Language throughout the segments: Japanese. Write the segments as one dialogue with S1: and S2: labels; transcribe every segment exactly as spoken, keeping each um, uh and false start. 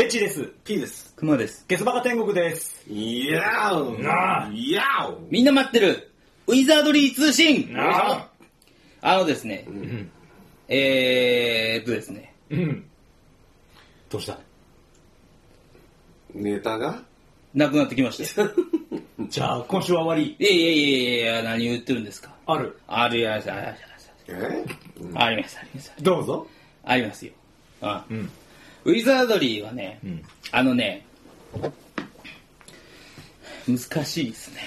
S1: ッチです。
S2: P です。
S3: クマです。
S1: ゲスバカ天国です。
S2: いやー
S1: なあ
S2: いやー
S3: みんな待ってるウィザードリー通信。
S1: なあ
S3: あのですね、
S1: うん、
S3: えーっとですね、
S1: うん、どうした？
S2: ネタが
S3: なくなってきました
S1: じゃあ今週は終わり。
S3: いやいやいやいや、何言ってるんですか。
S1: ある
S3: あるやあります
S2: え、うん、
S3: ありますあります
S1: どうぞ。
S3: ありますよ。あ、
S1: うん、
S3: ウィザードリーはね、うん、あのね難しいですね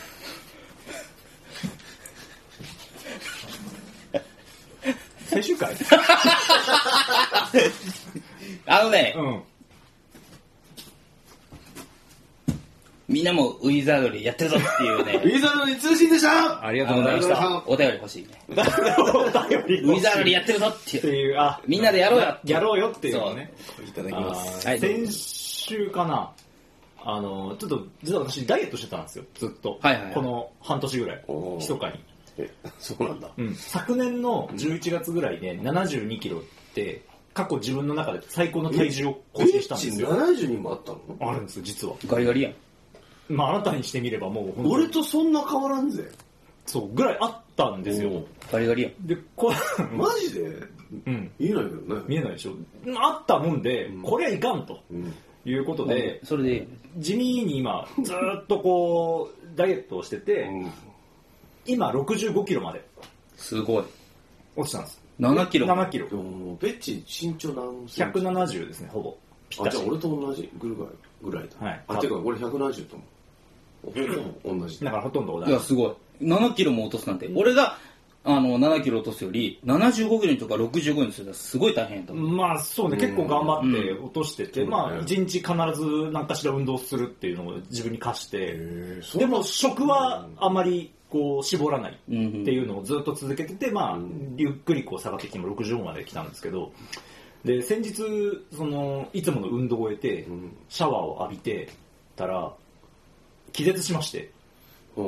S1: 最終回
S3: あのね、
S1: うん、
S3: みんなもウィザードリーやってるぞっていうね
S2: ウィザードリー通信でした。
S1: ありがとうございました。
S3: お便り欲しいね
S1: お便り
S3: ウィザードリーやってるぞっていう、
S1: っていう、あ、
S3: みんなでやろうよ
S1: やろうよっていうのね。
S2: いただきます。
S3: はい、
S1: 先週かな、あのちょっと実は私ダイエットしてたんですよ、ずっと、
S3: はいはいはい、
S1: この半年ぐらい密かに。
S2: え、そうなんだ、
S1: うん、昨年のじゅういちがつぐらいでななじゅうにキロって過去自分の中で最高の体重を更新したんですよ。
S2: ななじゅうにもあったの？
S1: あるんですよ実は。
S3: ガリガリやん。
S1: まああなたにしてみればもう
S2: 俺とそんな変わらんぜ。
S1: そうぐらいあったんですよ。
S3: ガリガリやん。
S1: でこ
S2: マジで、
S1: うん、
S2: 見えないけどね。
S1: 見えないでしょ。あったもんで、うん、これはいかんと、うん、いうことで、
S3: うん、それで
S1: 地味に今ずっとこうダイエットをしてて、うん、今ろくじゅうごキロまです
S3: ごい
S1: 落ちたんです。
S3: ななキロ。
S1: ななキロ。
S2: ベッチ身長何
S1: ひゃくななじゅうですね、ほぼ。
S2: ぴったし。あ、じゃあ俺と同じぐらいぐらいだ。はい。あ、てか俺ひゃくななじゅうと思う。同じ。
S1: だからほとんど同
S3: じ。いやすごい。ななキロも落とすなんて。うん、俺があのななキロ落とすよりななじゅうごキロとかろくじゅうごにするのはすごい大変だと思う。
S1: まあそうね、結構頑張って落としてて、うん、まあいちにち必ず何かしら運動するっていうのを自分に課して、でも食はあまりこう絞らないっていうのをずっと続けてて、まあゆっくりこう下がってきてもろくじゅうごまで来たんですけど、で先日そのいつもの運動を終えてシャワーを浴びてたら気絶しまして、
S3: うん、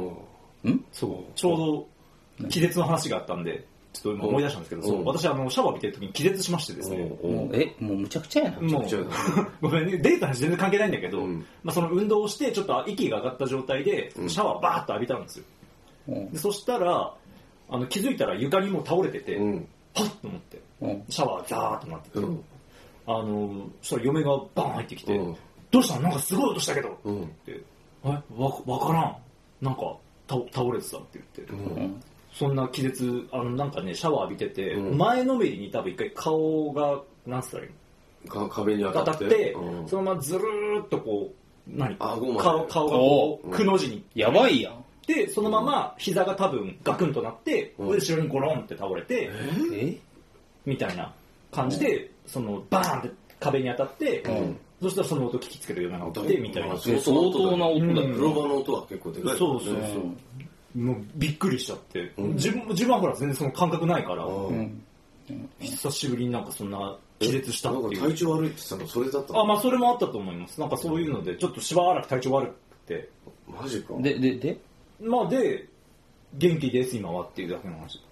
S1: そうちょうど気絶の話があったんでちょっと今思い出したんですけど、そう私あのシャワー浴びてる時に気絶しましてですね。
S3: もうえもうむちゃくちゃやな。
S1: もうごめんね、データの話全然関係ないんだけど、うん、まあ、その運動をしてちょっと息が上がった状態でシャワーバーッと浴びたんですよ。うん、でそしたらあの気づいたら床にもう倒れてて、うん、パッと思って、うん、シャワーザーッとなってて、うん、あのそしたら嫁がバーン入ってきて、うん、どうしたのなんかすごい音したけど、うん、ってえわわからんなんか倒れてたって言って、うん、そんな気絶あのなんかねシャワー浴びてて、うん、前のめりに多分一回顔がなんつったらいい
S2: のか壁に当たって、
S1: 当たって、うん、そのままずるーっとこう何顔顔がこうくの字に、
S3: うん、やばいやん。
S1: でそのまま膝が多分ガクンとなって、うん、後ろにゴロンって倒れて、
S3: え
S1: みたいな感じで、うん、そのバーンって壁に当たって、うん、そしたらその音聞きつけるような音でみたいな、
S2: 相当な音だ。風呂場の音は結構でかい。
S1: そうそうそう、うん、もうびっくりしちゃって、うん、自分自分はほら全然その感覚ないから、うん、久しぶりになんかそんな気絶したっていう。
S2: なんか体調悪いって言ってたのそれだったの？
S1: あ、まあそれもあったと思います。なんかそういうのでちょっとしばらく体調悪くて。
S2: マジか。
S3: ででで
S1: まあで元気です今はっていうだけの話。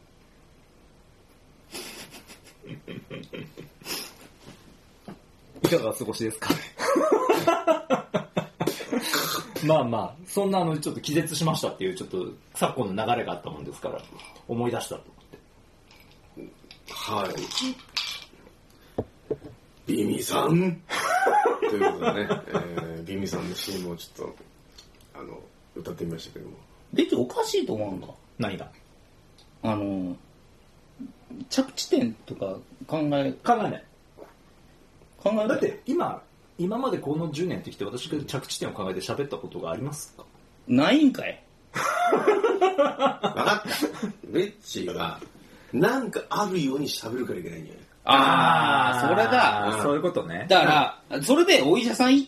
S1: いかがお過ごしですかまあまあそんなあのちょっと気絶しましたっていうちょっと昨今の流れがあったもんですから思い出したと思って。
S2: はい。ビミさんということでね、えー、ビミさんの シーエム をちょっとあの歌ってみましたけども。
S3: 別におかしいと思うんか。
S1: 何が？
S3: あの着地点とか考え
S1: 考えない
S3: 考えない。
S1: だって今今までこのじゅうねんってきて私が着地点を考えて喋ったことがありますか？
S3: ないんかい。
S2: 分かった。ベッチーがなんかあるように喋るからいけないんじゃない？
S3: ああ、それだ。
S1: そういうことね。
S3: だから、それでお医者さん行って、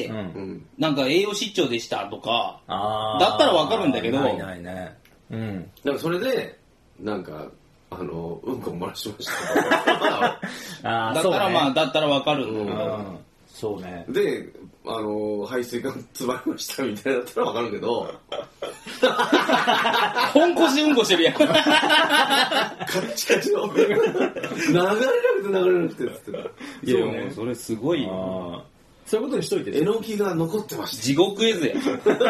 S3: うん、なんか栄養失調でしたとか、だったらわかるんだけど。
S1: ないないね。
S2: うん。だからそれで、なんか、あの、うんこ漏らしました。
S3: あだったらまあ、だったらわかる。
S1: うん。そうね。
S2: で、あの、排水管詰まりましたみたいだったらわかるけど、
S3: 本腰うんこしてるやん。カ
S2: ッチカチの流れなくて流れなくてっつってた。
S3: いや、もうそれすごい。
S1: そういうことにしといて。
S2: えのきが残ってました。
S3: 地獄絵図や。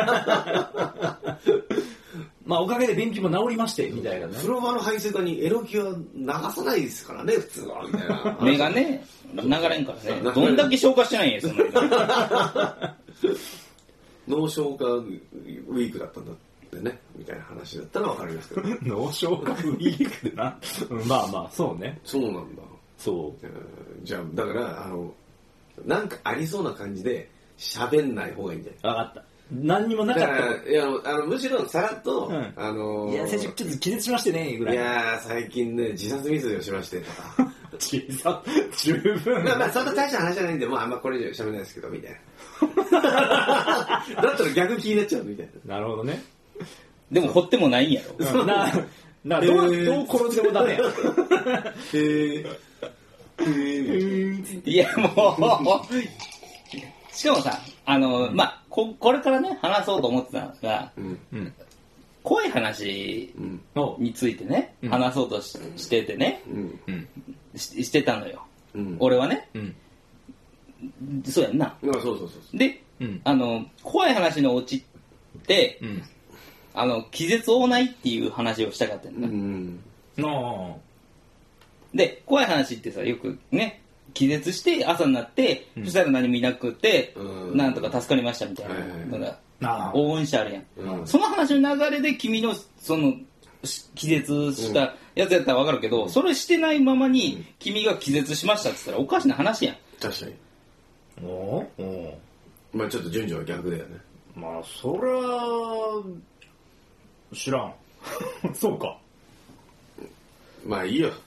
S1: まあおかげで便秘も治りましてみたいなね。
S2: 風呂場の排水管にえのきは流さないですからね普通はみたいな。
S3: 目がね流れんからね。どんだけ消化してないんやそんな。
S2: 脳消化ウィークだったんだってねみたいな話だったらわかりますけど。
S1: 脳消化ウィークってな。まあまあそうね。
S2: そうなんだ。
S1: そう。
S2: じゃあだからあのなんかありそうな感じで喋んない方がいいんじゃない。
S1: 分かった。何にもなかった
S2: らいやあのむしろさらっと、うん、あのー、
S1: いや先生ちょっと気絶しましてねぐらい。
S2: いや最近ね自殺未遂をしましてとか
S1: 自殺十分
S2: まあまあそんな大した話じゃないんでもうあんまこれ以上喋れないですけどみたいなだったら逆気になっちゃうみたいな。
S1: なるほどね。
S3: でも掘ってもないんやろ。
S1: ななどう、えー、どう転んでもダメや。
S2: へーへー
S3: いやもうしかもさ、あの、うん、まあこ、これからね、話そうと思ってたのが、うんうん、怖い話についてね、うん、話そうと し, しててね、うん、し, してたのよ。うん、俺はね、うん、そうやんな。
S2: そうそうそうそう。
S3: で、うん、あの、怖い話のオチって、うん、あの、気絶負ないっていう話をしたかったんだ。うん、で、怖い話ってさ、よくね、気絶して朝になって、うん、そしたら何もいなくて、うん、なんとか助かりましたみたいなのが往々にしてあるやん、うん、その話の流れで君のその気絶したやつやったら分かるけど、うん、それしてないままに君が気絶しましたって言ったらおかしな話やん。
S2: 確かに。おおまあちょっと順序は逆だよね。
S1: まあそれは知らんそうか
S2: まあいいよ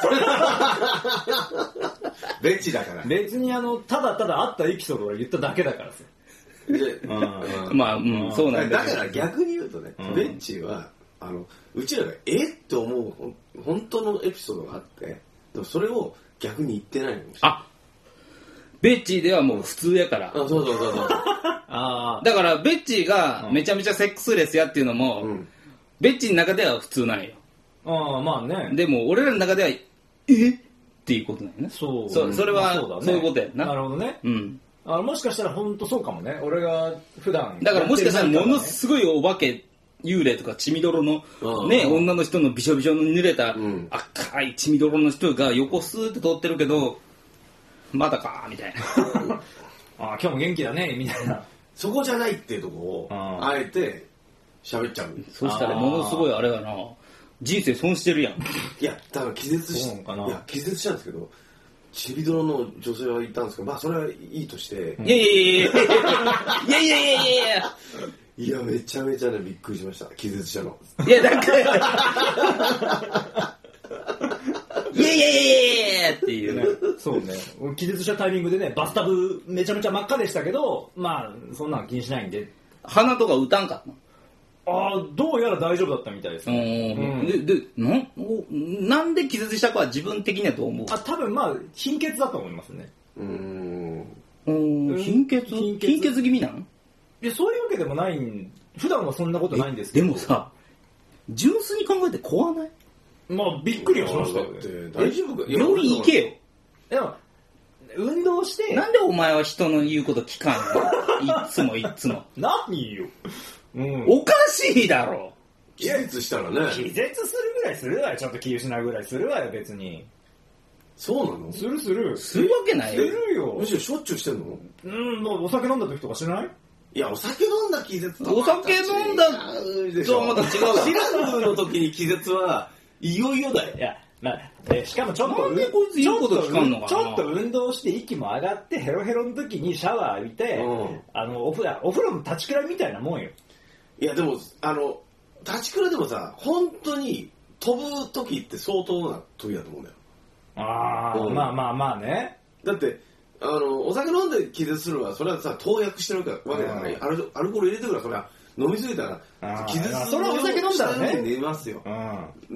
S2: ベンチだから
S1: 別にあのただただあったエピソードを言っただけだからさ
S3: うん、まあ、うん、そうなん
S2: だ。だから逆に言うとね、うん、ベンチはあのうちらがえって思う本当のエピソードがあってでもそれを逆に言ってないの。
S3: あベッチーではもう普通やから。
S2: あそうそうそうそう
S3: あだからベッチーがめちゃめちゃセックスレスやっていうのも、うん、ベッチーの中では普通なんよ。
S1: ああまあね。
S3: でも俺らの中ではえっていうことなんよね。
S1: そう。
S3: そ, それは、まあそうだね、そういうことやな。
S1: なるほどね。うん。あもしかしたら本当そうかもね。俺が普段、
S3: ね、だからもしかしたらものすごいお化け幽霊とか血みどろのね女の人のびしょびしょの濡れた赤い血みどろの人が横スーって通ってるけどまだかみたいな
S1: あ今日も元気だねみたいな
S2: そこじゃないっていうとこをあえて喋っちゃう。
S3: そしたらものすごいあれだな人生損してるやん。
S2: いやだから気絶しいや気絶したんですけどちびどろの女性はいたんですけどまあそれはいいとして、
S3: うん、いやいやいやいやいやいやいやいやいや
S2: いやめちゃめちゃねびっくりしました気絶したの。
S3: いやだからいやいやいやいやいやっていうね。
S1: そうね気絶したタイミングでねバスタブめちゃめちゃ真っ赤でしたけどまあそんなの気にしないんで
S3: 鼻とか打たんかったの。
S1: ああどうやら大丈夫だったみたいですね。
S3: うん、ででななんで気絶したかは自分的にはどう思う。
S1: あ多分まあ貧血だと思いますね。
S2: うーん
S3: 貧血貧血貧血気味なん。
S1: いやそういうわけでもないん普段はそんなことないんですけど。
S3: でもさ純粋に考えて怖ない。
S1: まあびっくりはしましたよね。
S2: 大丈夫か
S3: 病院行けよ。
S1: でも運動して
S3: なんでお前は人の言うこと聞かんのいつもいつも
S1: 何ようん、
S3: おかしいだろ。
S2: 気絶したらね
S1: 気絶するぐらいするわよ。ちょっと気失うぐらいするわよ別に。
S2: そうなの。
S1: するする
S3: するわけないよ。
S2: するよ。むしろしょっちゅうしてんの。
S1: うんもうお酒飲んだ時とかしない。
S2: いやお酒飲んだ気絶とか
S3: お酒飲んだとはまた違う。
S2: シラフの時に気絶はいよいよだよ。
S1: いやまあでしかもちょっと
S3: なんでこいつ言うこと聞かんのかな。
S1: ちょっと運動して息も上がってヘロヘロの時にシャワー浴びて、うん、あのお風呂お風呂の立ちくらいみたいなもんよ。
S2: いやでもあの立ちくらでもさ本当に飛ぶ時って相当な時だと思うんだよ。
S1: ああ、うん、まあまあまあね。
S2: だってあのお酒飲んで気絶するのはそれはさ投薬してるわけだから、ね、アルアルコール入れてくらそれは飲みすぎたら気絶する。
S1: それはお酒飲んだらね
S2: 寝ますよ、うん、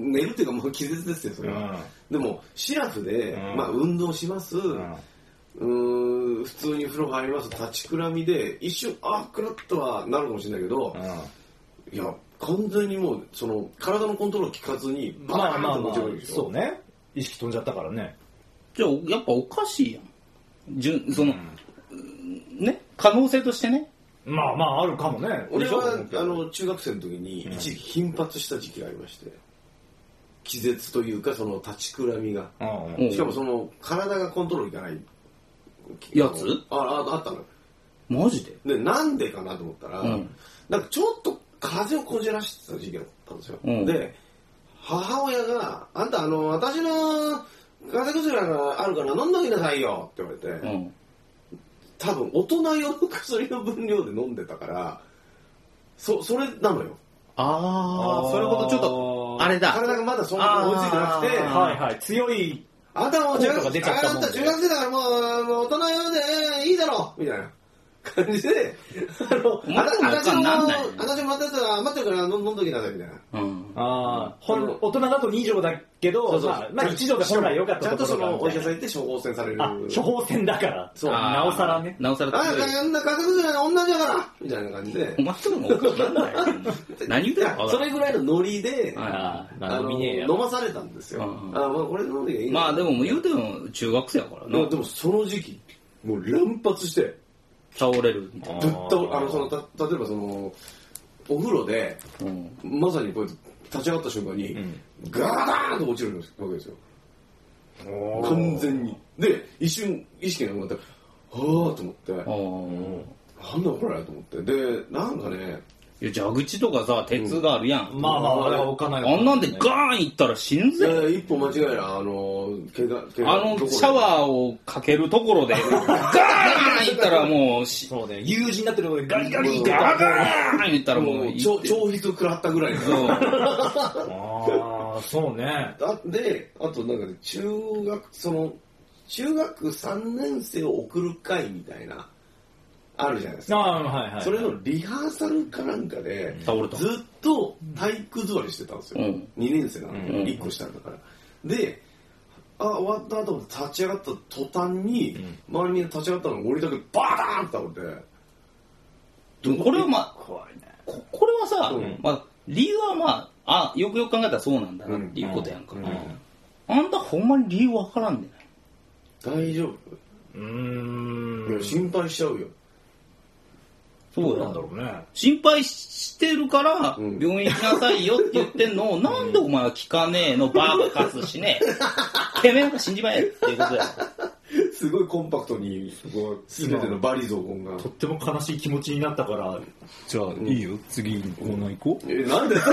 S2: 寝るっていうかもう気絶ですよそれは、うん、でもシラフで、うん、まあ運動します、うんうーん普通に風呂入ります立ちくらみで一瞬あクラッとはなるかもしれないけど、うん、いや完全にもうその体のコントロール効かずにバーンと落ちるでしょ。
S1: そうね意識飛んじゃったからね。
S3: じゃあやっぱおかしいやんじゅその、うん、 ね、可能性としてね。
S1: まあまああるかもね。
S2: 俺はあの中学生の時に一時頻発した時期がありまして、気絶というかその立ちくらみが、しかもその体がコントロールいかない
S3: やつ
S2: あああったの。
S3: マジで？
S2: でなんでかなと思ったら、うん、なんかちょっと風邪をこじらしてた時期だったんですよ。うん、で母親があんたあの私の風邪薬があるから飲んどきなさいよって言われて、うん、多分大人用の薬の分量で飲んでたからそそれなのよ。
S3: ああ、そういうことちょっとあれだ。
S2: 体がまだそんなに追いついてなくて、
S1: はいはい、強い
S2: あんたもう中学生だからもう、もう大人用でいいだろみたいな感じで、あの、私も、私も待ってたら待ってるから飲んどきなさいみたいな。うん、あ
S1: あ、大人だとに錠だけど、そうそうまあ、まあいち錠で本来良かったところが。
S2: ちゃんとそのお医者さん行って処方箋される。
S1: 処方箋だから。そう。なおさらね。
S3: なおさら。
S2: ああ、あんな風邪薬は同じだからみたいな感じで。
S3: お前それもおかしなんだよ。何言ってんの？
S2: それぐらいのノリで、
S1: あ
S2: あの飲まされたんですよ。ああ、まあこれ飲んでいい。
S3: まあでも言うても中学生やからな。
S2: でもその時期、もう乱発して。
S3: 倒れる
S2: ぶっ倒あのそのた例えばそのお風呂で、うん、まさにこうやって立ち上がった瞬間に、うん、ガーンと落ちるわけですよ。完全に。で一瞬意識がなくなって、はあと思って、なんだこれと思って、でなんかね。
S3: いや蛇口とかさ鉄があるやん、
S1: うん、まあまああれは置かない、
S3: あんなんでガーンいったら死ぬぜ、
S2: えー、一歩間違えらあの怪我怪
S3: 我あのシャワーをかけるところでガーンいったらもう
S1: そうね友人になってるところでガリガリって
S3: ガーンいったらもう
S2: 超筆食らったぐらいの
S1: ああそうね
S2: だであとなんか、ね、中学その中学さんねん生を送る会みたいなあるじゃないですか。
S1: あ、はいはい、
S2: それのリハーサルかなんかで、
S3: 倒れた
S2: ずっと体育座りしてたんですよ。うん、にねん生なのに、いっこ下だから。で、あ、終わった後立ち上がった途端に、うん、周りに立ち上がったのが俺だけバーンって倒れ
S3: て。これはまあ、怖いね。こ, これはさ、うん、まあ、理由はまあ、あ、よくよく考えたらそうなんだなっていうことやんか。うんうん、あんたほんまに理由わからんで
S2: ない？大丈夫？
S1: うーん。
S2: いや、心配しちゃうよ。
S3: そう
S1: なんだろうね。
S3: 心配してるから、病院行きなさいよって言ってんのを、うん、なんでお前は聞かねえの、バーカスしねえ。てめえなんか死んじまえっていうことや。
S2: すごいコンパクトに、すべてのバリ雑言が。
S1: とっても悲しい気持ちになったから、じゃあ、うん、いいよ、次コーナー行こう。
S2: え、なんで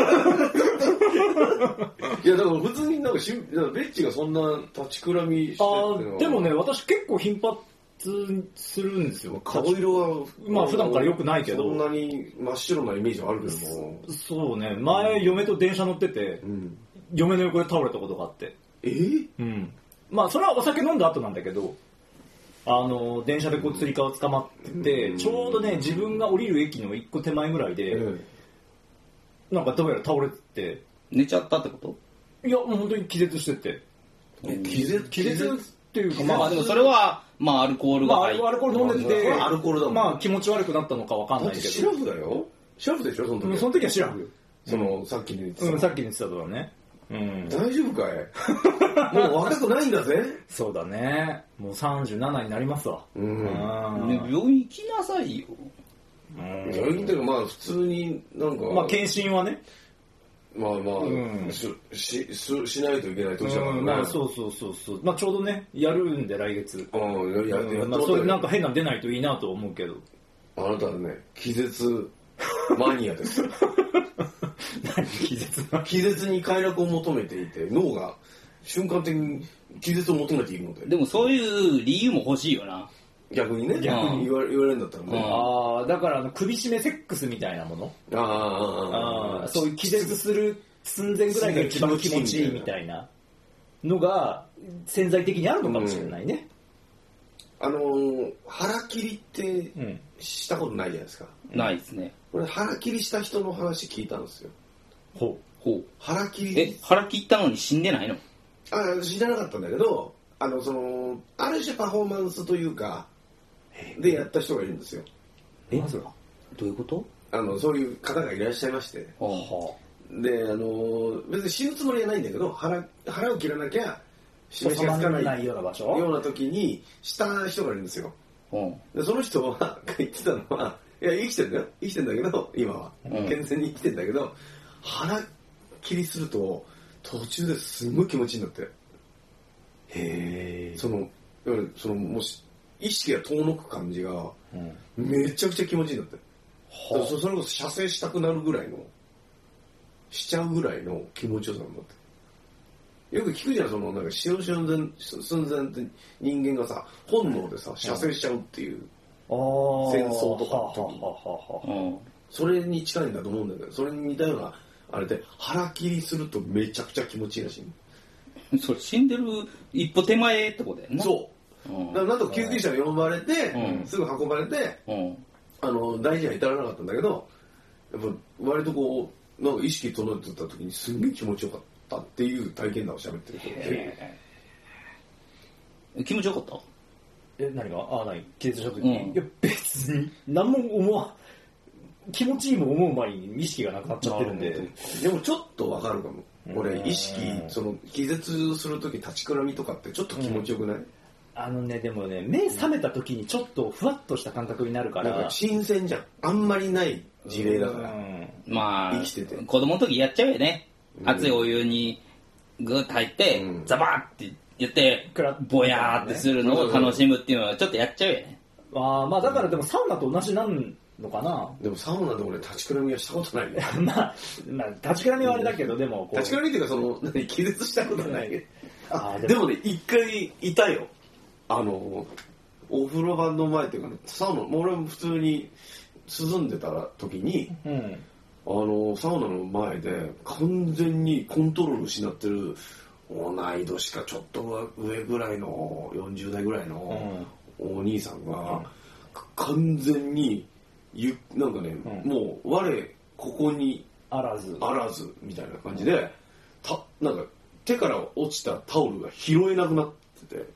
S2: いや、だから普通になんかし、ベッチがそんな立ちくらみしてって
S1: あでもね、私結構頻発するんですよ。
S2: 顔色は
S1: まあ普段から良くないけど
S2: そんなに真っ白なイメージはあるけども
S1: そうね前嫁と電車乗ってて、うん、嫁の横で倒れたことがあって
S2: えー、
S1: うんまあそれはお酒飲んだ後なんだけどあの電車でこうつり革捕まってて、うん、ちょうどね自分が降りる駅の一個手前ぐらいで、うん、なんかどうやら倒れて
S3: 寝ちゃったってこと？
S1: いやもう本当に気絶してて
S2: 気絶
S1: 気絶っていうか
S3: まあでもそれはまあアルコールが入って、
S1: まあ、アルコール飲んでて、
S2: アルコールだもん、
S1: まあ気持ち悪くなったのかわかんないけど。
S2: シラフだよ。シラフでしょその時。
S1: その時はシラフ。
S2: その、うん、さっきに言ってた。
S1: うん、さっきに言ってたとはね。うん。
S2: 大丈夫かい？もう若くないんだぜ。
S1: そうだね。もうさんじゅうななになりますわ。
S2: うん。
S3: ね、病院行きなさいよ。
S2: うん。病院っていうかまあ普通になんか。
S1: まあ検診はね。
S2: まあまあ、うん、し, し, し, しないといけない年だからね、うん
S1: まあ、そうそうそうそうまあちょうどねやるんで来月
S2: ああやってやって、
S1: まあ、それなんか変なの出ないといいなと思うけど
S2: あなたはね気絶マニアです
S1: 何気絶
S2: 気絶に快楽を求めていて脳が瞬間的に気絶を求めているので
S3: でもそういう理由も欲しいよな
S2: 逆にね逆に言われ言われるんだったらね
S1: ああだからあの首絞めセックスみたいなもの
S2: ああ
S1: あそういう気絶する寸前ぐらいが一番気持ちいいみたいなのが潜在的にあるのかもしれないね、
S2: うん、あのー、腹切りってしたことないじゃないですか、
S3: うん、ないですね
S2: これ腹切りした人の話聞いたんですよ
S3: ほうほう
S2: 腹切り
S3: え腹切ったのに死んでないの
S2: あ知らなかったんだけどあのそのある種パフォーマンスというかでやった人がいるんですよ。
S3: え、まずはどういうこと？
S2: あのそういう方がいらっしゃいまして、はあ、であの別に死ぬつもりはないんだけど 腹, 腹を切らなきゃ示しがつかない
S1: ような場所
S2: ような時にした人がいるんですよ。 でその人は言ってたのは、いや生きてんだよ、生きてんだけど今は、うん、健全に生きてんだけど、腹切りすると途中ですごい気持ちいいんだって。へえ。そのそのもし意識が遠のく感じが、うん、めちゃくちゃ気持ちいいんだって。はあ、それこそ射精したくなるぐらいのしちゃうぐらいの気持ちよさなんだって。よく聞くじゃん、そのなんか死ぬ寸前寸前って人間がさ本能でさ射精しちゃうっていう、うん、戦争とかの時に、はあはあはあ、それに近いんだと思うんだけど、それに似たようなあれで腹切りするとめちゃくちゃ気持ちいいらし
S3: い。それ死んでる一歩手前ってことだよね。
S2: そう。うん、だからなんと救急車が呼ばれて、うん、すぐ運ばれて、うん、あの大事には至らなかったんだけど、やっぱ割とこうなんか意識整えてた時にすんげえ気持ちよかったっていう体験談を喋ってる人で。
S3: 気持ちよかった？
S1: え、何が？ああ、何？気絶した時に、うん、いや別に何も思わ気持ちいいも思う前に意識がなくなっちゃってるんで。
S2: でもちょっとわかるかも。俺意識その気絶する時立ちくらみとかってちょっと気持ちよくない？うん、
S1: あのね、でもね、目覚めた時にちょっとふわっとした感覚になるから。なんか
S2: 新鮮じゃん。あんまりない事例だから。うん、
S3: まあ、生きてて。子供の時やっちゃうよね。うん、熱いお湯にグーッと入って、うん、ザバーって言って、ぼやーってするのを楽しむっていうのはちょっとやっちゃうよね。
S1: ああ、まあだからでもサウナと同じなんのかな。
S2: でもサウナで俺立ちくらみはしたことないね。
S1: まあ、まあ、立ちくらみはあれだけど、でも
S2: 立ちくらみっていうかその、何、気絶したことはないけど。あでもね、一回いたよ。あのお風呂場の前っていうかね、サウナ、俺も普通に涼んでた時に、うん、あのサウナの前で完全にコントロール失ってる同い年かちょっと上ぐらいのよんじゅう代ぐらいのお兄さんが、うん、完全にゆなんかね、うん、もう我ここに
S1: あらず
S2: あらずみたいな感じで、うん、たなんか手から落ちたタオルが拾えなくなってて。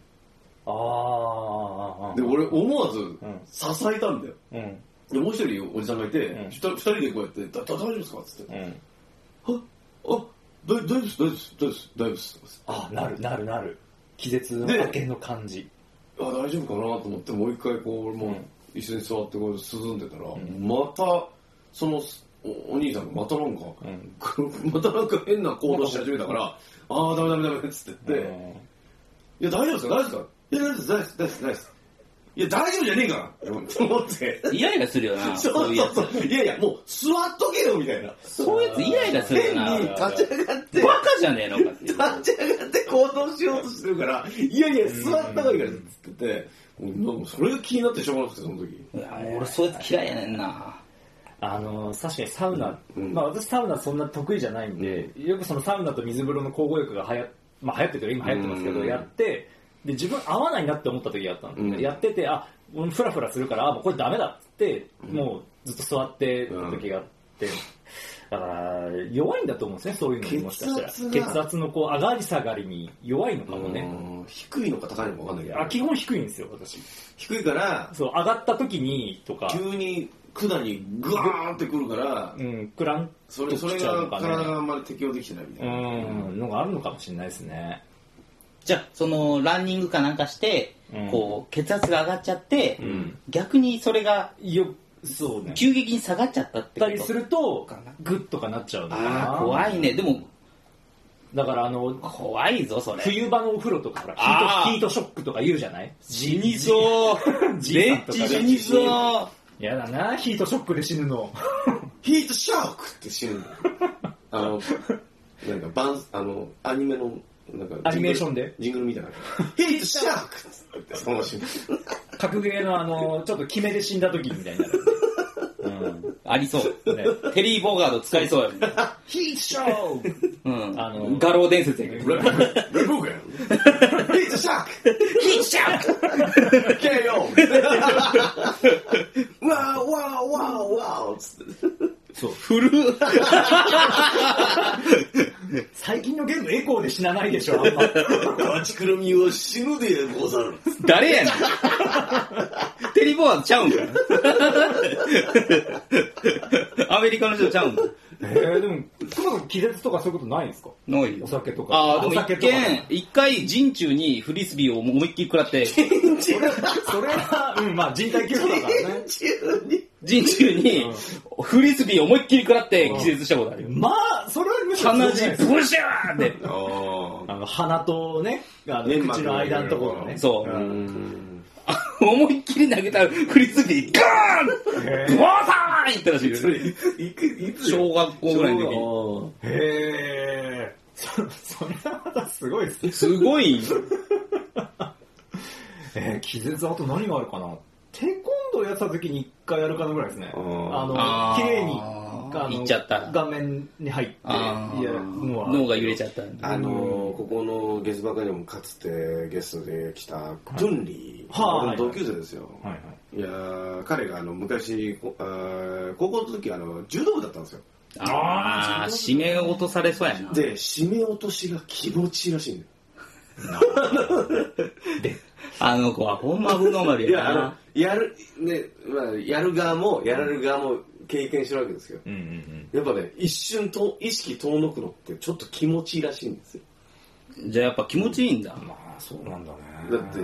S1: あ
S2: で俺思わず支えたんだよ、うん、でもう一人おじさんがいて、うん、二人でこうやって「大丈夫ですか?」っつって「うん、はあ大丈夫です大丈夫です大丈夫です大丈夫です」
S1: あなるなるなる気絶の明けの感じ
S2: あ大丈夫かなと思ってもう一回こう俺も椅子に座ってこう涼んでたら、うん、またその お, お兄さんがまたなんか、うん、またなんか変な行動し始めたから「ああダメダメダメ」っつって言って「いや大丈夫ですか大丈夫ですか?」いや、大丈夫です、大丈夫です、大丈夫です。いや、大丈夫じゃねえからと思って。
S3: イライラするよな。
S2: そうそうそう。いやいや、もう座っとけよ、みたいな。
S3: そういうやつイライラするよな。
S2: 変に立ち上がって。
S3: バカじゃねえのかって。
S2: 立ち上がって行動しようとしてるから、いやいや、座った方がいいからって言ってて、もうそれが気になってしょうがなくて、その時。
S3: いや、俺そういうやつ嫌いやねんな。
S1: あの確かにサウナ、うん、まあ私サウナそんな得意じゃないんで、うん、よくそのサウナと水風呂の交互浴がはや、まあ、流行ってて今流行ってますけど、うん、やって、で自分合わないなって思った時があったの、うん、やっててあフラフラするからもうこれダメだっつって、うん、もうずっと座ってた時があって、うん、だから弱いんだと思うんですねそういうのにもしかしたら血圧のこう上がり下がりに弱いのかもね
S2: 低いのか高いのか分かんないけど
S1: あ基本低いんですよ私
S2: 低いから
S1: そう上がった時にとか
S2: 急に管にグワーンってくるから、
S1: うん、クラン
S2: それそれが体があんまり適応できてないみたいな
S1: うんのがあるのかもしれないですね
S3: じゃあそのランニングかなんかして、うん、こう血圧が上がっちゃって、うん、逆にそれがよそう、ね、急激に下がっちゃったってこと
S1: たりするとグッとかなっちゃうのかな
S3: あ怖いねでも
S1: だからあの
S3: 怖いぞそれ
S1: 冬場のお風呂とかほらヒート、ヒートショックとか言うじゃない
S3: 死にそうめっちゃ死にそう
S1: やだなヒートショックで死ぬの
S2: ヒートショックって死ぬのあのなんかバンあのアニメのなんか
S1: アニメーションで
S2: ジングルみたいなヒートショックってその瞬間
S1: 格ゲーのあのちょっと決めで死んだ時みたいな、
S3: うん、ありそう、ね、テリー・ボガード使いそうやもん
S1: ヒートショック、
S3: うん、あの画廊伝説やけど
S2: レボガンヒートショック
S3: ヒートショック
S2: ケーオー わーわーわーわーつって
S3: そう古
S1: 最近のゲームエコーで死なないでしょあんま
S2: 立ちくらみは死ぬでござる
S3: 誰やねんテリーボードちゃうんかアメリカの人ちゃうんだ。
S1: えー、でも、そもそも気絶とかそういうことないんですか？
S3: ないよ。
S1: お酒とか。
S3: ああ、でも一見、一回陣中にフリスビーを思いっきり食らって。
S1: それ、それは、うん、まあ人体救助だからね。
S3: 陣中にフリスビーを思いっきり食らって気絶したことあるよ。
S1: まあ、それはむしろ
S3: 鼻血ブシューって。
S1: あの鼻とね、あの口の間のところね。
S3: そう。思いっきり投げたフリスビー、ガーンブワーサーンいったらしいよ。小学校ぐらいの時に。
S1: へー。そ、それはまたすごいですね。
S3: すごい。
S1: えー、気絶あと何があるかな。テコンドーやった時に一回やるかなぐらいですね。あの、綺麗に、
S3: あの、いっちゃった。
S1: 画面に入って、いや
S3: 脳が揺れちゃった。
S2: あの、ここのゲスバカにもかつてゲストで来た、トゥンリー。俺の同級生ですよ。はいはい、いや彼があの昔、高校の時あの柔道部だったんですよ。
S3: ああ、締め落とされそうやな。
S2: で、締め落としが気持ちいいらしいんだよ。
S3: で、あの子はほんま不能丸やな。いや、あの、
S2: やる、ね、まあ、やる側も、やられる側も経験してるわけですよ。うんうんうん、やっぱね、一瞬と意識遠のくのってちょっと気持ちいいらしいんですよ。
S3: じゃあやっぱ気持ちいいんだ。
S1: まあ、そうなんだね。
S2: だって、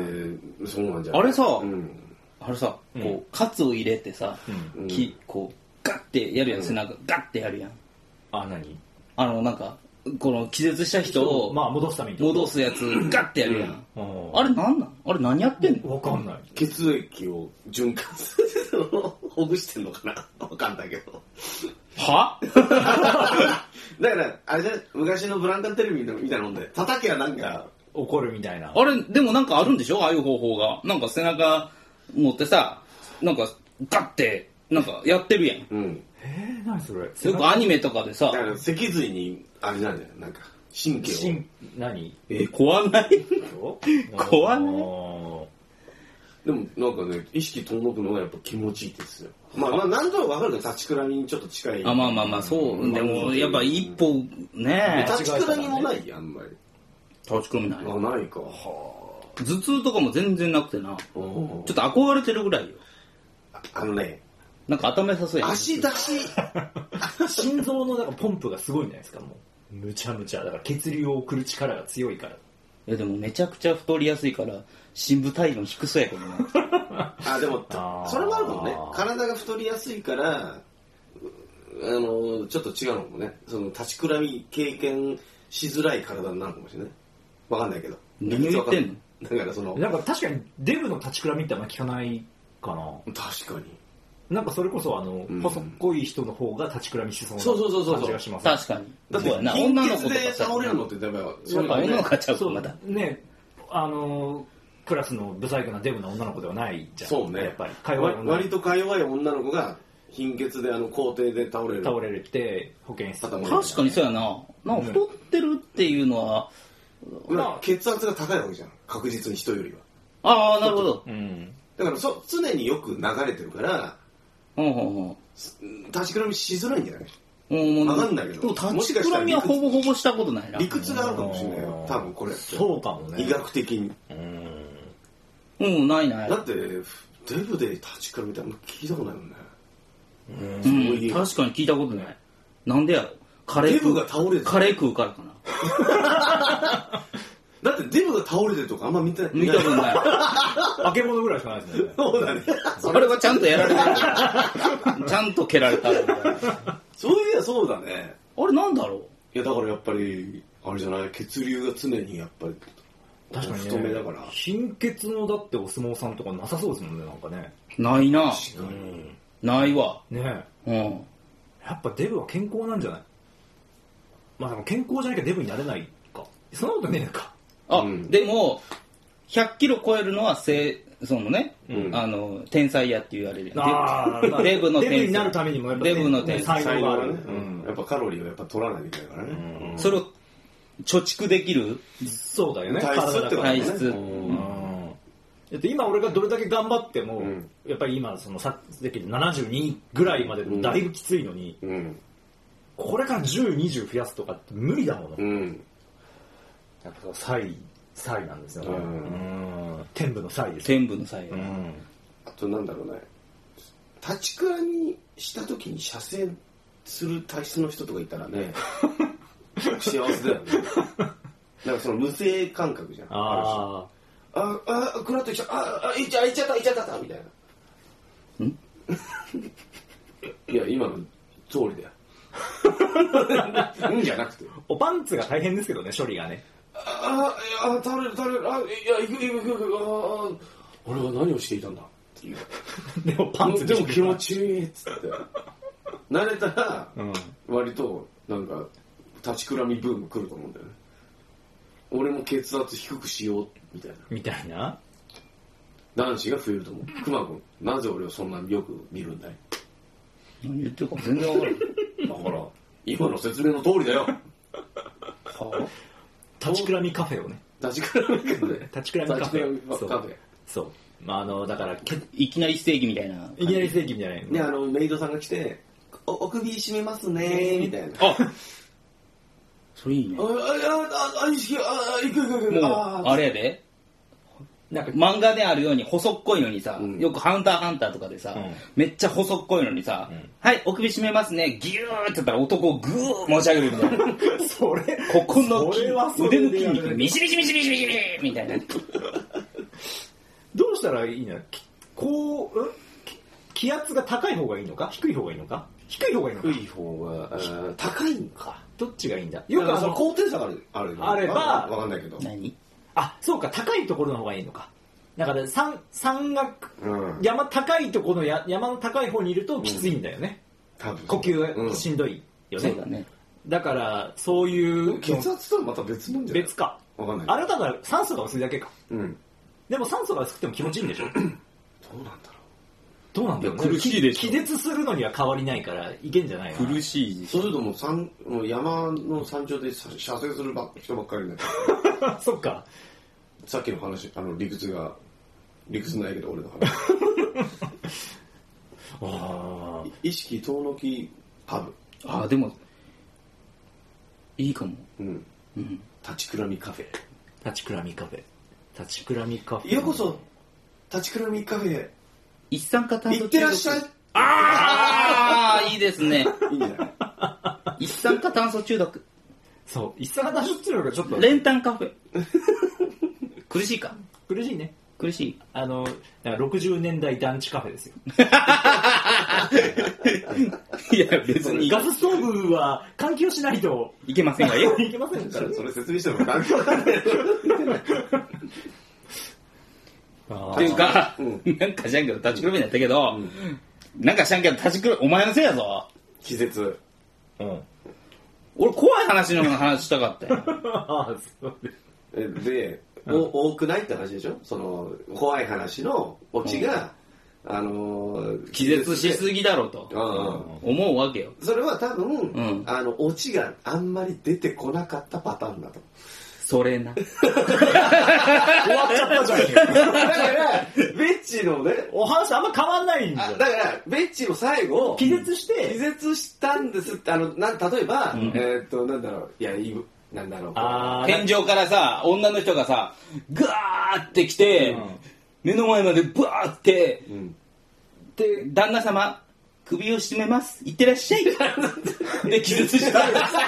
S2: そうなんじゃない。
S3: あれさ、うん、あれさ、こう、カツを入れてさ、うん、きこう、ガッてやるやん、背中、ガッてやるやん。
S1: あ、何？
S3: あの、なんか、この気絶した人を、
S1: まあ、戻すために。
S3: 戻すやつ、ガッてやるやん。うん、あれなんなん？あれ何やってんの？
S1: わかんない。
S2: 血液を循環させてほぐしてんのかな？わかんないけど。
S3: は？
S2: だから、あれじゃ、昔のブランカテレビみたいなもんで、叩きはなんか、
S1: 怒るみたいな。
S3: あれ、でもなんかあるんでしょ？ああいう方法が。なんか背中持ってさ、なんかガッて、なんかやってるやん。うん。
S1: えー、何それ？
S3: よくアニメとかでさ。
S2: だから脊髄に、あれなんだよ、なんか、神経を。神、
S3: 何？えー、怖ない怖ない
S2: でもなんかね、意識遠のくのがやっぱ気持ちいいですよ。まあまあ、なんとなくわかるけど、立ちくらみにちょっと近い。
S3: あ、まあまあまあ、そう。うん、でも、やっぱ一歩、ね
S2: 立ちくらみもないあんまり。
S3: 立ちくらみない。
S2: あ、ないか。
S3: はあ。頭痛とかも全然なくてな。ちょっと憧れてるぐらいよ。
S2: あ, あのね、
S3: なんか頭さそうやん。
S2: 足出し。
S1: 心臓のなんかポンプがすごいんじゃないですか、もう。むちゃむちゃ。だから血流を送る力が強いから。
S3: いやでもめちゃくちゃ太りやすいから、深部体温低そうやけどな。
S2: あ、でも、それもあるかもね。体が太りやすいから、あの、ちょっと違うのもね。その、立ちくらみ経験しづらい体になるかもしれない。わかんないけど。
S3: 何を言ってんの？
S1: だからその、なんか確かにデブの立ちくらみってあんま聞かないかな。
S2: 確かに。
S1: なんかそれこそあの、うん、細っこい人の方が立ちくらみしそうな感じがします。
S3: 確かに。
S2: だって女の子で倒れるのってだから
S3: そうか、女の子がちゃうとまた
S1: ね、あのクラスのブサイクなデブな女の子ではないじゃん。
S2: そうね。
S1: やっぱりか弱い
S2: 割とか弱い女の子が貧血であの校庭で倒れる。
S1: 倒れるって保健室。
S3: 確かにそうやな。なんか太ってるっていうのは、
S2: うん、まあ血圧が高いわけじゃん。確実に人よりは。
S3: ああ、なるほど。
S2: うん。だからそ常によく流れてるから。うんうんうん、立ちくらみしづらいんじゃない？うん、分かんないけど。
S3: 立ちくらみはほぼほぼしたことないな。
S2: 理屈があるかもしれないよ。多分これ。
S1: そうかもね。
S2: 医学的に。
S3: うん。うん、ないない。
S2: だってデブで立ちくらみってあんま聞いたことないもんね。
S3: うん。うん、確かに聞いたことない。なんでやろ？カレー
S2: デブが倒れてる。
S3: カレー食うからかな。
S2: だってデブが倒れてるとかあんま見た
S3: 見たことない。
S1: 化け物ぐらいしかないですね。
S2: そうだね。
S3: それはちゃんとやられてる。ちゃんと蹴られた。
S2: そういやそうだね。
S3: あれなんだろう。
S2: いやだからやっぱりあれじゃない、血流が常にやっぱり
S1: 確かに、ね、
S2: 太めだから。
S1: 貧血のだってお相撲さんとかなさそうですもんね、なんかね。
S3: ないな。
S2: 確かに。
S3: ないわ。
S1: ね
S3: え。うん。
S1: やっぱデブは健康なんじゃない？まあでも健康じゃなきゃデブになれないか。そんなことねえのか。
S3: あ、うん、でもひゃっキロ超えるのはせそのね、うん、あの天才やって言われる。
S1: あデブの天才。デブになるためにもやっぱ
S3: デブの天才
S2: 才能があるね、うん。やっぱカロリーをやっぱ取らないといけないからね。
S3: うん、それを貯蓄できる。
S1: そうだよね。
S2: 体質ってことね。
S3: 体質。
S1: だって今俺がどれだけ頑張っても、うん、やっぱり今そのさっきななじゅうにぐらいまででだいぶきついのに、うん、これからじゅう、にじゅう増やすとかって無理だもの。うんやっぱサイ、サイなんですよね。うん。天部のサイです。
S3: 天部のサイ。うん。
S2: あとなんだろうね。立ちくらみした時に射精する体質の人とかいたらね幸せだよね。なんかその無性感覚じゃん。ああああクラッときたああいっちゃいっちゃったいっちゃったみたいな。んいや今の通りだよ。うんじゃなくて。
S1: おパンツが大変ですけどね処理がね。
S2: ああいや垂れる垂れるあいや行く行く行くああ俺は何をしていたんだっていう。
S1: でもパンツ
S2: でも気持ちいいっつって慣れたら、うん、割となんか立ちくらみブーム来ると思うんだよね。俺も血圧低くしようみたいな
S1: みたいな
S2: 男子が増えると思う。くまくんなぜ俺をそんなによく見るんだい。
S3: 何言ってるか全然わかる。
S2: だから今の説明の通りだよ。は
S1: あ、立ちくらみカフェをね。
S2: 立ちくらみカフェ
S1: 立ちくらみカフェ
S2: カフェ
S1: そうまああのだから
S3: いきなりステーキみたいな。
S1: いきなりステーキみたいな。
S2: ねあのメイドさんが来てお, お首締めますねみたいな。
S3: あそれいいね。
S2: ああああ意識ああ行く行く行く。
S3: もうあれやで。なんか漫画であるように細っこいのにさ、うん、よくハンターハンターとかでさ、うん、めっちゃ細っこいのにさ、うん、はいお首締めますねギューって言ったら男をグー持ち上げるみたいな。
S1: それ
S3: ここの腕の筋肉ミシミシミシミシミシみたいな。
S1: どうしたらいいの？こう、うん、気圧が高い方がいいのか低い方がいいのか低い方がいいのか
S2: 低い方が高いんか
S1: どっちがいいんだ。
S2: よくあの高低差があるある
S1: あれば
S2: わかんないけど。
S3: 何？
S1: あそうか高いところの方がいいのか。だから山山岳、うん、山高いところのや山の高い方にいるときついんだよね。うん、多分呼吸がしんどいよね。
S3: うん、そうだね。
S1: だからそういう
S2: 血圧とはまた別なんじゃない？
S1: 別か。
S2: わかんない。
S1: あれだから酸素が薄いだけか。
S2: うん。
S1: でも酸素が薄くても気持ちいいんでしょ？どう
S2: なんだろう。
S1: どうなんだろうね。
S3: 苦しいでしょ。
S1: 気絶するのには変わりないからいけんじゃないの？
S3: 苦しいでしょ。
S2: それとも山もう山の山頂で射精する人ばっかりになって。
S1: そっか。
S2: さっきの話あの理屈が理屈ないけど俺の話。あ意識遠のきパブ。
S3: あでもいいかも。
S2: うん。うん。立ちくらみカフェ。
S1: 立ちくらみカフェ。立ちくらみカフェ。
S2: ようこそ立ちくらみカフェ。
S3: 一酸化炭素中毒。
S2: いってらっしゃい。
S3: ああいいですね。
S2: いいんじゃない。
S3: 一酸化炭素中毒。
S1: そう一酸化炭素中毒がちょっと。
S3: 練炭カフェ。苦しいか。
S1: 苦しいね。
S3: 苦しい。
S1: あのろくじゅうねんだい団地カフェですよ。
S3: いや別に
S1: ガスストーブは換気をしないと
S3: いけませんがよ。
S1: いけませんから。
S2: それ説明しても換気わかんない。
S3: っていうか、うん、なんかしゃんけど立ちくらみになったけど、うん、なんかしゃんけど立ちくらみお前のせいやぞ。
S2: 気絶。
S3: うん。俺怖い話の話したかったよ。ああ
S2: そうです。で。うん、お多くないって話でしょ。その怖い話のオチが、うん、あのー、
S3: 気絶しすぎだろうと、うん、思うわけよ。
S2: それは多分、うん、あのオチがあんまり出てこなかったパターンだと。
S3: それな。終わっ
S1: ちゃったじゃん。だ
S2: からベッチのね
S1: お話あんま変わんないんだよ。
S2: だからベッチの最後
S1: 気絶して
S2: 気絶したんですって。あのなん例えば、うん、えー、っとなんだろういやいいなんだろう
S3: あ天井からさ女の人がさガーって来て、うん、目の前までバーって、うん、で旦那様首を絞めますいってらっしゃいで気絶した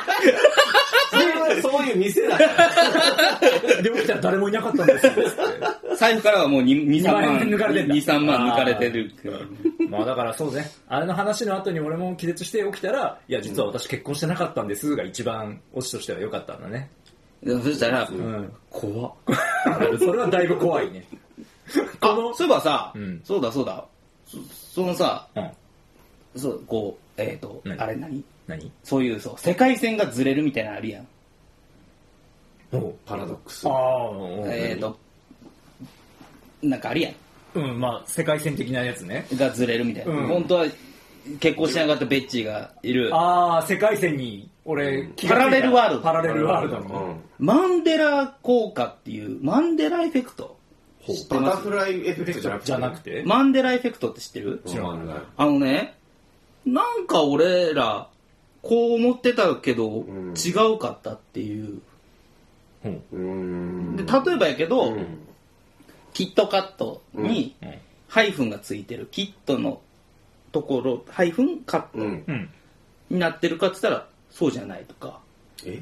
S2: そういう店だから
S1: で起きたら誰もいなかったんですよ
S3: 財布からはもうにさんまん抜かれてるにさんまん抜かれてる
S1: まあだからそうねあれの話の後に俺も気絶して起きたらいや実は私結婚してなかったんですが一番オチとしては良かったんだね。
S3: そしたら、うん、怖っ
S1: それはだいぶ怖いね
S3: あそういえばさ、うん、そうだそうだ そ, そのさ、うん、そうこうえっ、ー、とあれ何
S1: 何
S3: そういうそう世界線がずれるみたいなのあるやん。
S2: おパラドックス。あ
S3: えっ、ー、となんかあるやん。
S1: うんまあ世界線的なやつね。
S3: がずれるみたいな。うん、本当は結婚しなかったベッチーがいる。
S1: ああ世界線に俺、うん、
S3: パラレルワールド。
S1: パラレルワールドの、
S3: うん、マンデラ効果っていうマンデラエフェクト。
S2: バタフライエフェクトじゃなくて。
S1: じゃなくて
S3: マンデラエフェクトって知ってる？
S1: 知らない。
S3: あのねなんか俺らこう思ってたけど、うん、違うかったっていう、うん、で例えばやけど、うん、キットカットにハイフンがついてるキットのところハイフンカットになってるかって言ったらそうじゃないとか。
S2: え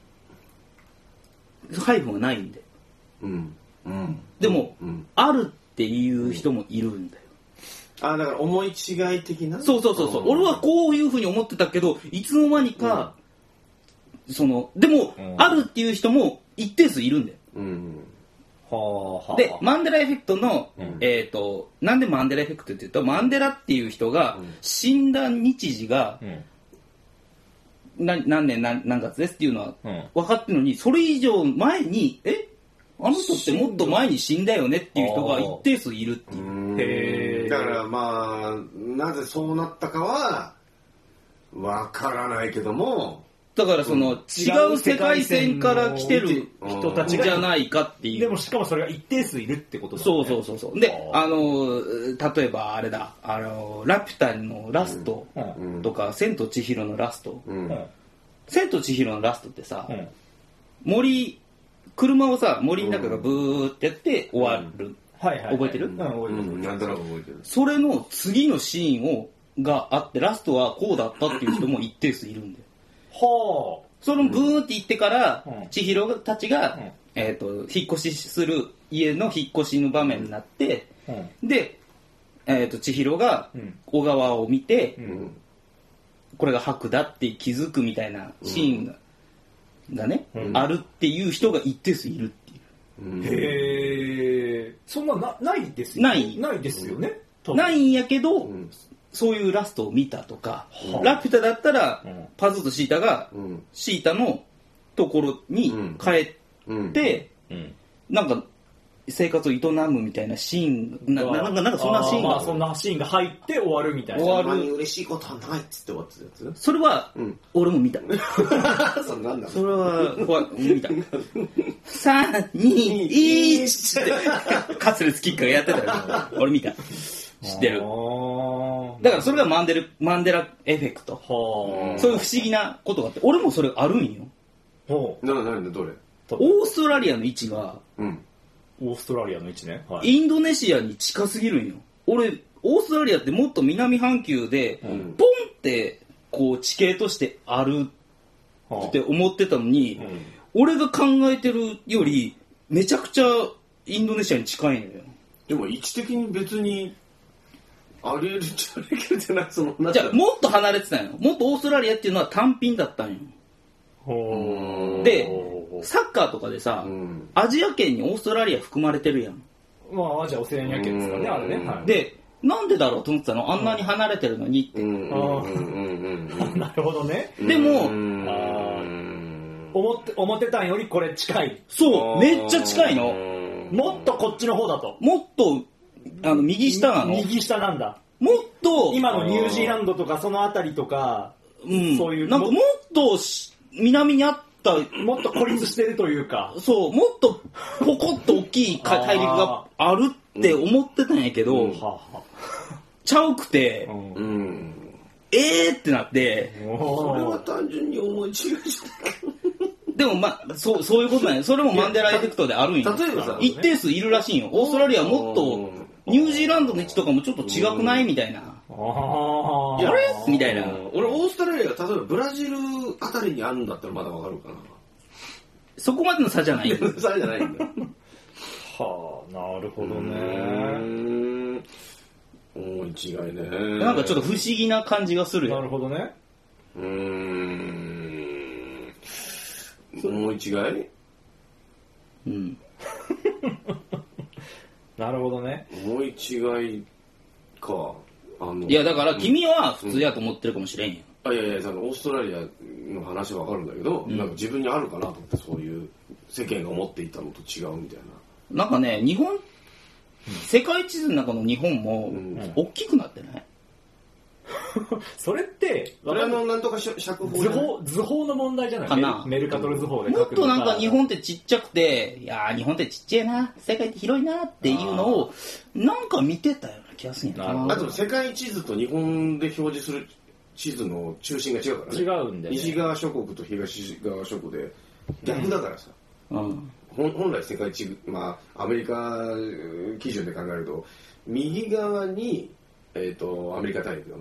S3: ハイフンがないんで。
S2: うんうん、
S3: でも、うん、あるっていう人もいるんだよ。
S2: あ、だから思い違い的な。
S3: そうそうそうそう。俺はこういうふうに思ってたけど、いつの間にか、うん、そのでも、うん、あるっていう人も一定数いるんだよ。うん、はあ、でマンデラエフェクトの、うん、えっ、ー、となんでマンデラエフェクトって言うと、マンデラっていう人が、うん、死んだ日時が、うん、な何年 何, 何月ですっていうのは分かってるのに、それ以上前にえあの人ってもっと前に死んだよねっていう人が一定数いるっていう。
S2: へー。だからまあなぜそうなったかは分からないけども、
S3: だからその、うん、違う世界線から来てる人たちじゃないかっていう。
S1: でもしかもそれが一定数いるってことだね。
S3: そうそうそうそう。で、あの例えばあれだ、あのラピュタのラストとか、うん、千と千尋のラスト、うん、千と千尋のラストってさ、うん、森車をさ森の中がブーってやって終わる。うんはいはいはい、覚えてる？うん、覚えてる。うん、なんとなく覚えてる。それの次のシーンをがあってラストはこうだったっていう人も一定数いるんだよ。はあ。そのブーって行ってから、うん、千尋たちが、うん、えっと引っ越しする家の引っ越しの場面になって、うん、で、えっと千尋が小川を見て、うん、これが白だって気づくみたいなシーンが、うん、がね、うん、あるっていう人が一定数いるっていう。
S1: うん、へえ。そんななないですよね。ないないですよね。
S3: ないんやけど。うんそういうラストを見たとか、うん、ラピュタだったら、うん、パズとシータが、うん、シータのところに帰って、うんうん、なんか生活を営むみたいなシーンな、な, なんかなんかそんなシーンが、
S1: まあ、そんなシーンが入って終わるみたいな。
S2: 終わる。嬉しいことはないっつって終わってたやつ。
S3: それは、うん、俺も見た。
S2: それなんだ。
S3: それは怖い見た。さん、に、いちってカツレツキッカーがやってたよ。俺見た。知ってる。だからそれがマンデルマンデラエフェクト。そういう不思議なことがあって、俺もそれあるんよ。
S2: ほう。なななどれ？
S3: オーストラリアの位置が、
S1: うん、オーストラリアの位置ね、
S3: はい、インドネシアに近すぎるんよ。俺オーストラリアってもっと南半球で、うん、ポンってこう地形としてあるって思ってたのに、うん、俺が考えてるよりめちゃくちゃインドネシアに近いのよ。
S2: でも位置的に別にありえるっちゃありえるじゃない。その
S3: じゃあもっと離れてたんよ。もっとオーストラリアっていうのは単品だったんよ。でサッカーとかでさ、うん、アジア圏にオーストラリア含まれてるやん。
S1: まあアジアオセアニア圏ですからね、あれね、はい、
S3: でなんでだろうと思ってたの、あんなに離れてるのにって。
S1: なるほどね。
S3: でも
S1: あ思って思ってたんよりこれ近い。
S3: そうめっちゃ近いの。
S1: もっとこっちの方だと。
S3: もっとあの右下なの。
S1: 右下なんだ。
S3: もっと
S1: 今のニュージーランドとかそのあたりとか、
S3: うん、そういうなんかもっと南にあった
S1: もっと孤立してるというか、
S3: そうもっとポコッと大きい大陸があるって思ってたんやけど、うん、ちゃうくて、うん、えーってなって、
S2: それは単純に思い違いじゃないか。
S3: でもまあそうそういうことなんや。それもマンデラエフェクトであるんや。
S2: 例えばさ、
S3: 一定数いるらしいんよ。オーストラリアはもっとニュージーランドの位置とかもちょっと違くないみたいな。あれみたいな。
S2: 俺オーストラリアが例えばブラジルあたりにあるんだったらまだわかるかな。
S3: そこまでの差じゃない。
S2: 差じゃないんだ。
S1: はあ、なるほどね。
S2: 思い違いね。
S3: なんかちょっと不思議な感じがするよ。
S1: なるほどね。
S2: うーん。思い違い？
S3: うん。
S1: なるほどね。
S2: 思い違いか。
S3: あのいやだから君は普通やと思ってるかもしれんよ。
S2: うん、あいやいや、そのオーストラリアの話はわかるんだけど、うん、なんか自分にあるかなと思って、そういう世間が思っていたのと違うみたい
S3: な。なんかね、日本、世界地図の中の日本も大きくなってない？
S1: それって
S2: それはなんとか釈放
S1: 図法図法の問題じゃないかな。メルカトル図法で
S3: もっとなんか日本ってちっちゃくて、いやー日本ってちっちゃいな、世界って広いなっていうのをなんか見てたような気がするんやな。
S2: あと世界地図と日本で表示する地図の中心が違うからね。
S1: 違うんで、ね、
S2: 西側諸国と東側諸国で逆だからさ、うん、本来世界地図、まあアメリカ基準で考えると右側にえー、とアメリカ大陸なのね、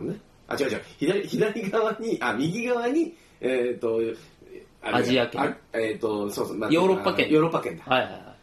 S2: あ、違う違う、左、左側に、あ、右側に、えっ、ー、と、
S3: アジア圏。
S2: えっ、ー、と、そうそう、
S3: ヨーロッパ圏。
S2: ヨーロッパ圏だ。
S3: はいはいはい。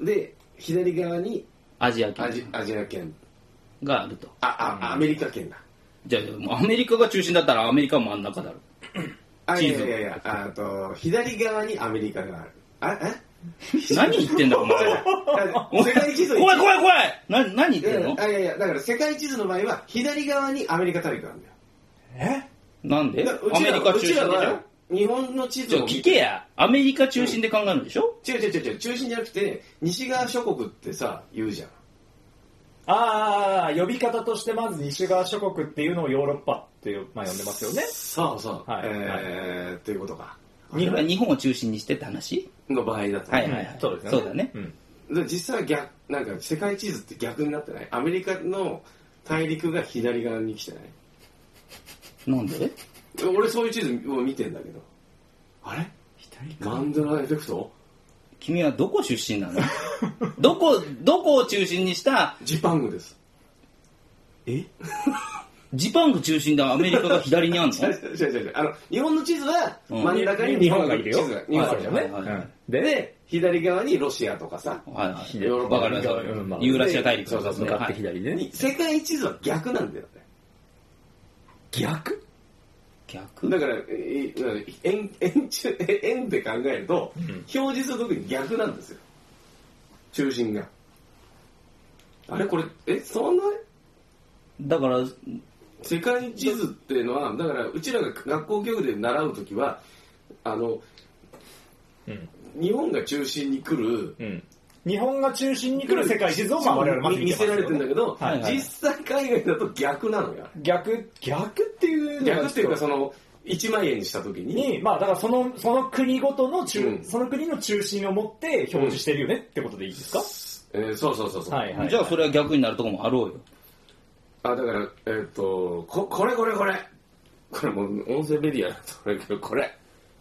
S2: で、左側に、
S3: アジア圏。
S2: アジアジア圏。
S3: があると。
S2: あ、あ、アメリカ圏だ。
S3: じゃあ、アメリカが中心だったらアメリカ真ん中だろ。
S2: あ、いやいやいや、あと、左側にアメリカがある。あ、え
S3: 何言ってんだお前。
S2: 世界地図
S3: 怖い怖い怖いな、何言ってんの？
S2: あ、いやいや、だから世界地図の場合は、左側にアメリカ大陸なんだよ。
S3: えなんで
S2: アメリカ中心でしょ？日本の地図を
S3: 聞けや。アメリカ中心で考えるんでしょ？
S2: 違う違う違う違う、中心じゃなくて、西側諸国ってさ、言うじゃん。
S1: ああ、呼び方としてまず西側諸国っていうのをヨーロッパって、まあ、呼んでますよね。
S2: そうそう。
S1: はい、
S2: えー、っていうことか。
S3: 日本日本を中心にしてって話
S2: の場合だと、
S3: ね。はいはいはい。そうですね。そうだね。
S2: うん、実際は逆、なんか世界地図って逆になってない？アメリカの大陸が左側に来てない？
S3: なんで？
S2: 俺そういう地図を見てんだけど。あれ？マンデラエフェクト？
S3: 君はどこ出身なの？どこ、どこを中心にした
S2: ジパングです。
S3: えジパング中心でアメリカが左にあるの？
S2: 違う違う違う違う。あの、日本の地図は真ん中に日本がいるよ。日本がいるよね。で、左側にロシアとかさ。
S3: はいはい。ヨーロッパがユーラシア大陸とか
S1: 向かって左で。
S2: 世界地図は逆なんだよね。
S3: 逆？逆
S2: だから、円、円、円で考えると、表示するときに逆なんですよ。中心が。あれこれ、え、そんな
S3: だから、
S2: 世界地図っていうのは、だから、うちらが学校教育で習うときは、あの、うん、日本が中心に来る、うん、
S1: 日本が中心に来る世界地図をまあ我々まず
S2: 見せられてるんだけど、はいはい、実際海外だと逆なのよ。
S1: 逆、逆っていうの
S2: 逆っていうかその、いちまん円にしたときに、
S1: に、まあだからその、その国ごとの中、うん、その国の中心を持って表示してるよねってことでいいですか？
S2: うん、えー、そうそうそうそう、
S3: はいはいはい。じゃあそれは逆になるとこもあろうよ。
S2: あ、だから、えー、っと、こ、これこれこれ。これもう音声メディアだと、これ、これ。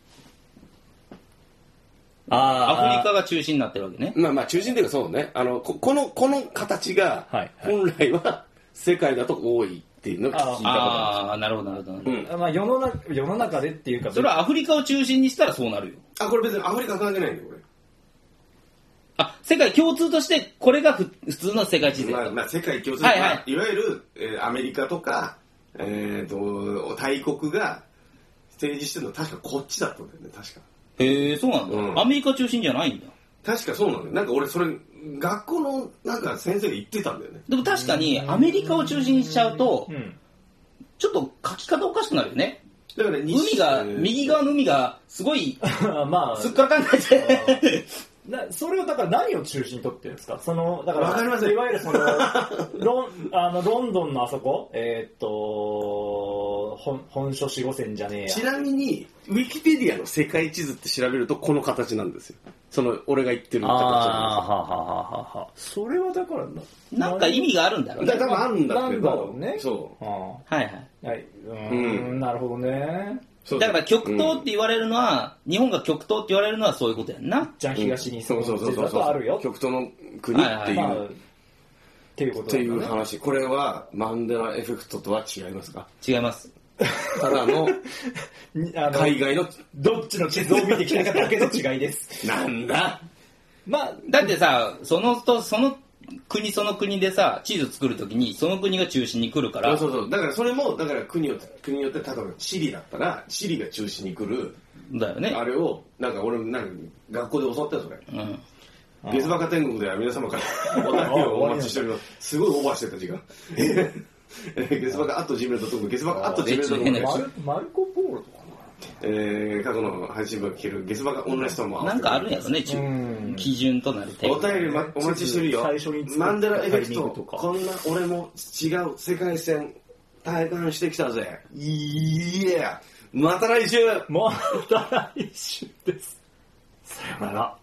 S3: ああ、アフリカが中心になってるわけね。
S2: まあまあ中心っていうかそうね。あの、こ, この、この形が、本来は世界だと多いっていうのを聞いたことある。
S3: ああ、なるほどなるほど。うん、
S1: まあ世の中、世の中でっていうか。
S3: それはアフリカを中心にしたらそうなるよ。
S2: あ、これ別にアフリカ関係ないんだよ、これ。
S3: あ、世界共通としてこれがふ普通の世界地図。
S2: まあ、まあ、世界共通、はいはい、いわゆる、えー、アメリカとか、えー、と大国が提示してるのは確かこっちだったんだよね、確か。
S3: へえ、そうなんだ、うん。アメリカ中心じゃないんだ。
S2: 確かそうなんだよ。なんか俺それ学校のなんか先生が言ってたんだよね。
S3: でも確かにアメリカを中心にしちゃうと、うん、ちょっと書き方おかしくなるよね。だから海が、右側の海がすごいまあすっからかんないで。
S1: なそれをだから何を中心に取ってるんですか？そのだから
S2: わかりません。
S1: いわゆるそのロンあのロンドンのあそこえー、っと本本書四五線じゃねえや。
S2: ちなみにウィキペディアの世界地図って調べるとこの形なんですよ。その俺が言ってる形なんです。ああはは
S1: はは。それはだからな
S3: なんか意味があるんだろうね。
S2: だから多分あるんだけど。
S1: なんだろうね。
S2: そう。
S3: はいはい。
S1: はい。うーん、うん、なるほどね。
S3: だから極東って言われるのは、うん、日本が極東って言われるのはそういうことやんな。
S1: じゃあ東に
S2: そうそうそうそうそうあるよ。極東の国っていう、まあ、っていうことだね。っていう話。これはマンデラエフェクトとは違いますか？
S3: 違います。
S2: ただの海外の
S1: どっちの地図を見てきたかだけの違いです。
S2: なんだ。
S3: まあだってさ、そのとその国その国でさ地図作るときにその国が中心に来るから。
S2: そうそうそう。だからそれもだから国によって国によって例えばチリだったらチリが中心に来る。
S3: だよね。
S2: あれをなんか俺なんか学校で教わったよそれ。うん。ゲスバカ天国では皆様からお便りをお待ちしております。すごいオーバーしてた時間。ゲスバカアットジメルドトコムゲスバカアットジメルドトコム
S1: マルコポーロとか
S2: えー、過去の配信分聞けるゲスバカオンラインストアも
S3: なんかあるんやろね、基準となる
S2: お便り、ま、お待ちしてるよ。マンデラエフェクトこんな俺も違う世界線体感してきたぜ。いやまた来週
S1: また来週です。さよなら。